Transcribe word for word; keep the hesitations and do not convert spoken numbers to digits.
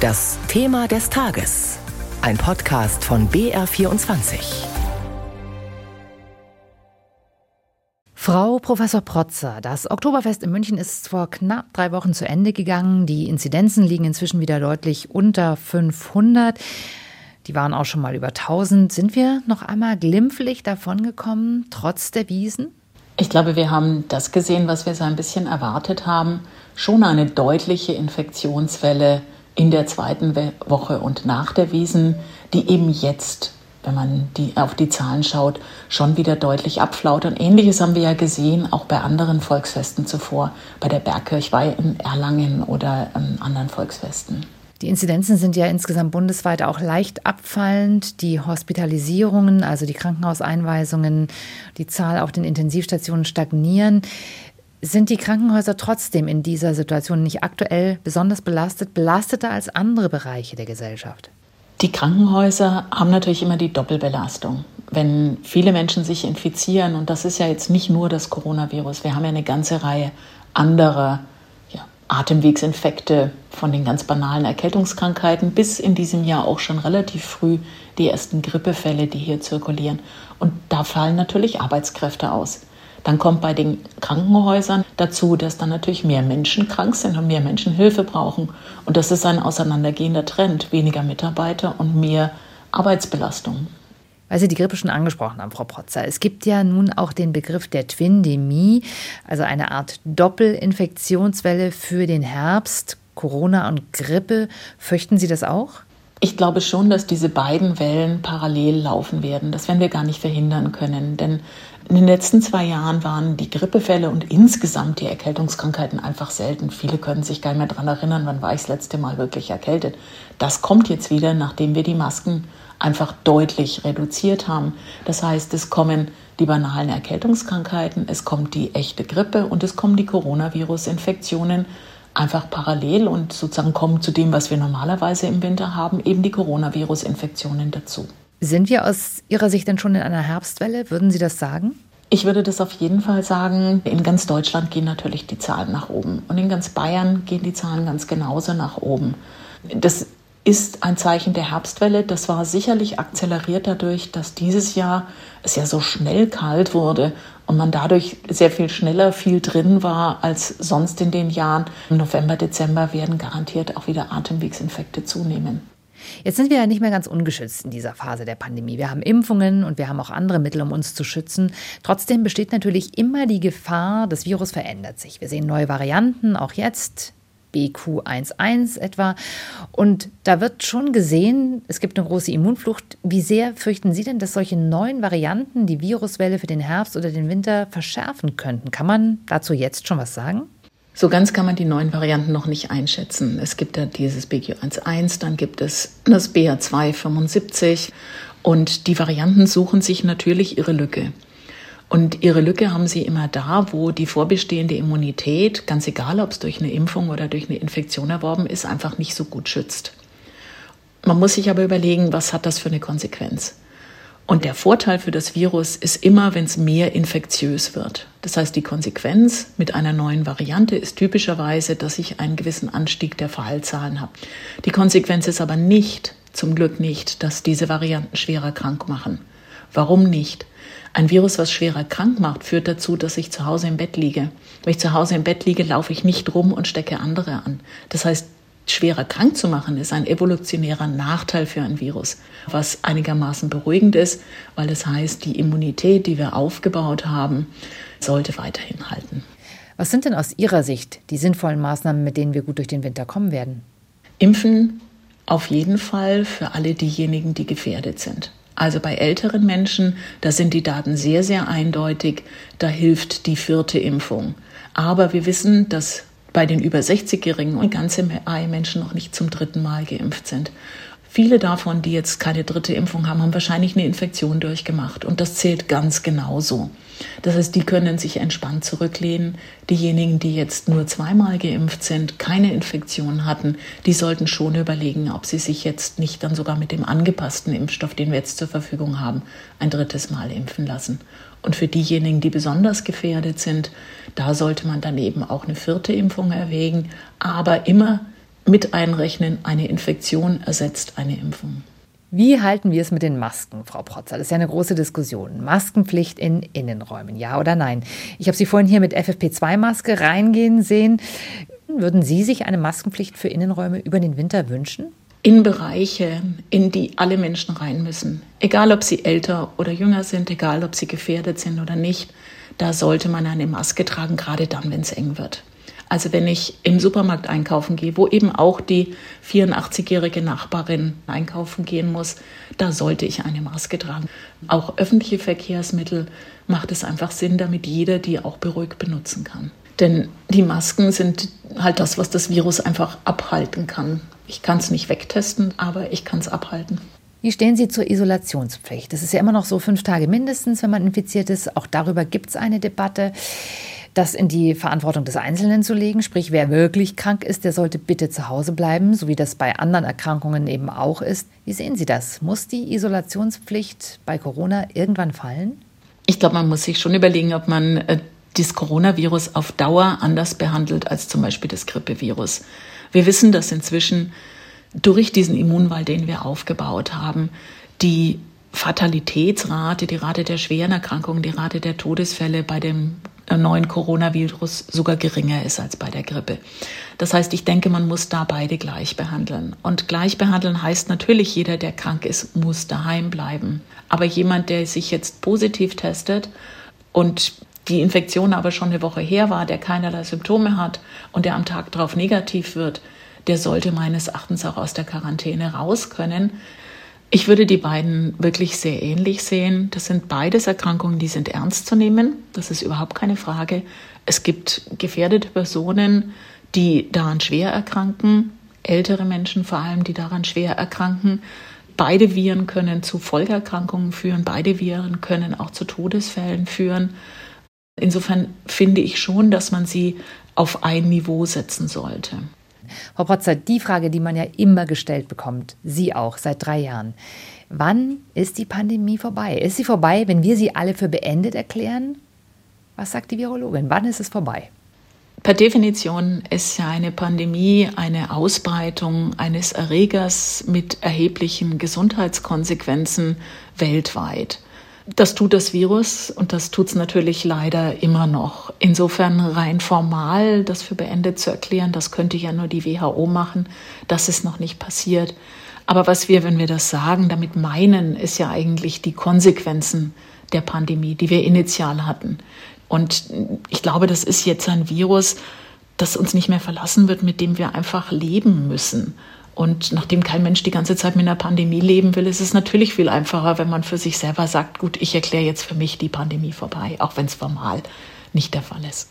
Das Thema des Tages. Ein Podcast von B R vierundzwanzig. Frau Professor Protzer, das Oktoberfest in München ist vor knapp drei Wochen zu Ende gegangen. Die Inzidenzen liegen inzwischen wieder deutlich unter fünfhundert. Die waren auch schon mal über tausend. Sind wir noch einmal glimpflich davongekommen, trotz der Wiesn? Ich glaube, wir haben das gesehen, was wir so ein bisschen erwartet haben. Schon eine deutliche Infektionswelle in der zweiten Woche und nach der Wiesn, die eben jetzt, wenn man die, auf die Zahlen schaut, schon wieder deutlich abflaut. Und Ähnliches haben wir ja gesehen, auch bei anderen Volksfesten zuvor, bei der Bergkirchweih in Erlangen oder ähm, anderen Volksfesten. Die Inzidenzen sind ja insgesamt bundesweit auch leicht abfallend. Die Hospitalisierungen, also die Krankenhauseinweisungen, die Zahl auf den Intensivstationen stagnieren. Sind die Krankenhäuser trotzdem in dieser Situation nicht aktuell besonders belastet, belasteter als andere Bereiche der Gesellschaft? Die Krankenhäuser haben natürlich immer die Doppelbelastung. Wenn viele Menschen sich infizieren, und das ist ja jetzt nicht nur das Coronavirus, wir haben ja eine ganze Reihe anderer ja, Atemwegsinfekte, von den ganz banalen Erkältungskrankheiten bis in diesem Jahr auch schon relativ früh die ersten Grippefälle, die hier zirkulieren. Und da fallen natürlich Arbeitskräfte aus. Dann kommt bei den Krankenhäusern dazu, dass dann natürlich mehr Menschen krank sind und mehr Menschen Hilfe brauchen. Und das ist ein auseinandergehender Trend. Weniger Mitarbeiter und mehr Arbeitsbelastung. Weil Sie die Grippe schon angesprochen haben, Frau Protzer. Es gibt ja nun auch den Begriff der Twindemie, also eine Art Doppelinfektionswelle für den Herbst. Corona und Grippe. Fürchten Sie das auch? Ich glaube schon, dass diese beiden Wellen parallel laufen werden. Das werden wir gar nicht verhindern können. Denn in den letzten zwei Jahren waren die Grippefälle und insgesamt die Erkältungskrankheiten einfach selten. Viele können sich gar nicht mehr daran erinnern, wann war ich das letzte Mal wirklich erkältet. Das kommt jetzt wieder, nachdem wir die Masken einfach deutlich reduziert haben. Das heißt, es kommen die banalen Erkältungskrankheiten, es kommt die echte Grippe und es kommen die Coronavirus-Infektionen einfach parallel und sozusagen kommen zu dem, was wir normalerweise im Winter haben, eben die Coronavirus-Infektionen dazu. Sind wir aus Ihrer Sicht denn schon in einer Herbstwelle? Würden Sie das sagen? Ich würde das auf jeden Fall sagen. In ganz Deutschland gehen natürlich die Zahlen nach oben. Und in ganz Bayern gehen die Zahlen ganz genauso nach oben. Das ist ein Zeichen der Herbstwelle. Das war sicherlich akzeleriert dadurch, dass dieses Jahr es ja so schnell kalt wurde und man dadurch sehr viel schneller viel drin war als sonst in den Jahren. Im November, Dezember werden garantiert auch wieder Atemwegsinfekte zunehmen. Jetzt sind wir ja nicht mehr ganz ungeschützt in dieser Phase der Pandemie. Wir haben Impfungen und wir haben auch andere Mittel, um uns zu schützen. Trotzdem besteht natürlich immer die Gefahr, das Virus verändert sich. Wir sehen neue Varianten, auch jetzt B Q eins eins etwa. Und da wird schon gesehen, es gibt eine große Immunflucht. Wie sehr fürchten Sie denn, dass solche neuen Varianten die Viruswelle für den Herbst oder den Winter verschärfen könnten? Kann man dazu jetzt schon was sagen? So ganz kann man die neuen Varianten noch nicht einschätzen. Es gibt ja dieses B Q eins eins, dann gibt es das B A zwei fünfundsiebzig und die Varianten suchen sich natürlich ihre Lücke. Und ihre Lücke haben sie immer da, wo die vorbestehende Immunität, ganz egal ob es durch eine Impfung oder durch eine Infektion erworben ist, einfach nicht so gut schützt. Man muss sich aber überlegen, was hat das für eine Konsequenz? Und der Vorteil für das Virus ist immer, wenn es mehr infektiös wird. Das heißt, die Konsequenz mit einer neuen Variante ist typischerweise, dass ich einen gewissen Anstieg der Fallzahlen habe. Die Konsequenz ist aber nicht, zum Glück nicht, dass diese Varianten schwerer krank machen. Warum nicht? Ein Virus, was schwerer krank macht, führt dazu, dass ich zu Hause im Bett liege. Wenn ich zu Hause im Bett liege, laufe ich nicht rum und stecke andere an. Das heißt, schwerer krank zu machen, ist ein evolutionärer Nachteil für ein Virus, was einigermaßen beruhigend ist, weil das heißt, die Immunität, die wir aufgebaut haben, sollte weiterhin halten. Was sind denn aus Ihrer Sicht die sinnvollen Maßnahmen, mit denen wir gut durch den Winter kommen werden? Impfen auf jeden Fall für alle diejenigen, die gefährdet sind. Also bei älteren Menschen, da sind die Daten sehr, sehr eindeutig, da hilft die vierte Impfung. Aber wir wissen, dass bei den über sechzigjährigen und ganze Reihe Menschen noch nicht zum dritten Mal geimpft sind. Viele davon, die jetzt keine dritte Impfung haben, haben wahrscheinlich eine Infektion durchgemacht. Und das zählt ganz genauso. Das heißt, die können sich entspannt zurücklehnen. Diejenigen, die jetzt nur zweimal geimpft sind, keine Infektion hatten, die sollten schon überlegen, ob sie sich jetzt nicht dann sogar mit dem angepassten Impfstoff, den wir jetzt zur Verfügung haben, ein drittes Mal impfen lassen. Und für diejenigen, die besonders gefährdet sind, da sollte man dann eben auch eine vierte Impfung erwägen, aber immer mit einrechnen, eine Infektion ersetzt eine Impfung. Wie halten wir es mit den Masken, Frau Protzer? Das ist ja eine große Diskussion. Maskenpflicht in Innenräumen, ja oder nein? Ich habe Sie vorhin hier mit F F P zwei Maske reingehen sehen. Würden Sie sich eine Maskenpflicht für Innenräume über den Winter wünschen? In Bereiche, in die alle Menschen rein müssen, egal ob sie älter oder jünger sind, egal ob sie gefährdet sind oder nicht, da sollte man eine Maske tragen, gerade dann, wenn es eng wird. Also wenn ich im Supermarkt einkaufen gehe, wo eben auch die vierundachtzigjährige Nachbarin einkaufen gehen muss, da sollte ich eine Maske tragen. Auch öffentliche Verkehrsmittel macht es einfach Sinn, damit jeder die auch beruhigt benutzen kann. Denn die Masken sind halt das, was das Virus einfach abhalten kann. Ich kann es nicht wegtesten, aber ich kann es abhalten. Wie stehen Sie zur Isolationspflicht? Das ist ja immer noch so fünf Tage mindestens, wenn man infiziert ist. Auch darüber gibt es eine Debatte. Das in die Verantwortung des Einzelnen zu legen, sprich wer wirklich krank ist, der sollte bitte zu Hause bleiben, so wie das bei anderen Erkrankungen eben auch ist. Wie sehen Sie das? Muss die Isolationspflicht bei Corona irgendwann fallen? Ich glaube, man muss sich schon überlegen, ob man äh, das Coronavirus auf Dauer anders behandelt als zum Beispiel das Grippevirus. Wir wissen, dass inzwischen durch diesen Immunwall, den wir aufgebaut haben, die Fatalitätsrate, die Rate der schweren Erkrankungen, die Rate der Todesfälle bei dem neuen Coronavirus sogar geringer ist als bei der Grippe. Das heißt, ich denke, man muss da beide gleich behandeln. Und gleich behandeln heißt natürlich, jeder, der krank ist, muss daheim bleiben. Aber jemand, der sich jetzt positiv testet und die Infektion aber schon eine Woche her war, der keinerlei Symptome hat und der am Tag darauf negativ wird, der sollte meines Erachtens auch aus der Quarantäne raus können. Ich würde die beiden wirklich sehr ähnlich sehen. Das sind beides Erkrankungen, die sind ernst zu nehmen. Das ist überhaupt keine Frage. Es gibt gefährdete Personen, die daran schwer erkranken, ältere Menschen vor allem, die daran schwer erkranken. Beide Viren können zu Folgeerkrankungen führen. Beide Viren können auch zu Todesfällen führen. Insofern finde ich schon, dass man sie auf ein Niveau setzen sollte. Frau Protzer, die Frage, die man ja immer gestellt bekommt, Sie auch seit drei Jahren. Wann ist die Pandemie vorbei? Ist sie vorbei, wenn wir sie alle für beendet erklären? Was sagt die Virologin? Wann ist es vorbei? Per Definition ist ja eine Pandemie eine Ausbreitung eines Erregers mit erheblichen Gesundheitskonsequenzen weltweit. Das tut das Virus und das tut es natürlich leider immer noch. Insofern rein formal das für beendet zu erklären, das könnte ja nur die W H O machen. Das ist noch nicht passiert. Aber was wir, wenn wir das sagen, damit meinen, ist ja eigentlich die Konsequenzen der Pandemie, die wir initial hatten. Und ich glaube, das ist jetzt ein Virus, das uns nicht mehr verlassen wird, mit dem wir einfach leben müssen. Und nachdem kein Mensch die ganze Zeit mit einer Pandemie leben will, ist es natürlich viel einfacher, wenn man für sich selber sagt, gut, ich erkläre jetzt für mich die Pandemie vorbei, auch wenn es formal nicht der Fall ist.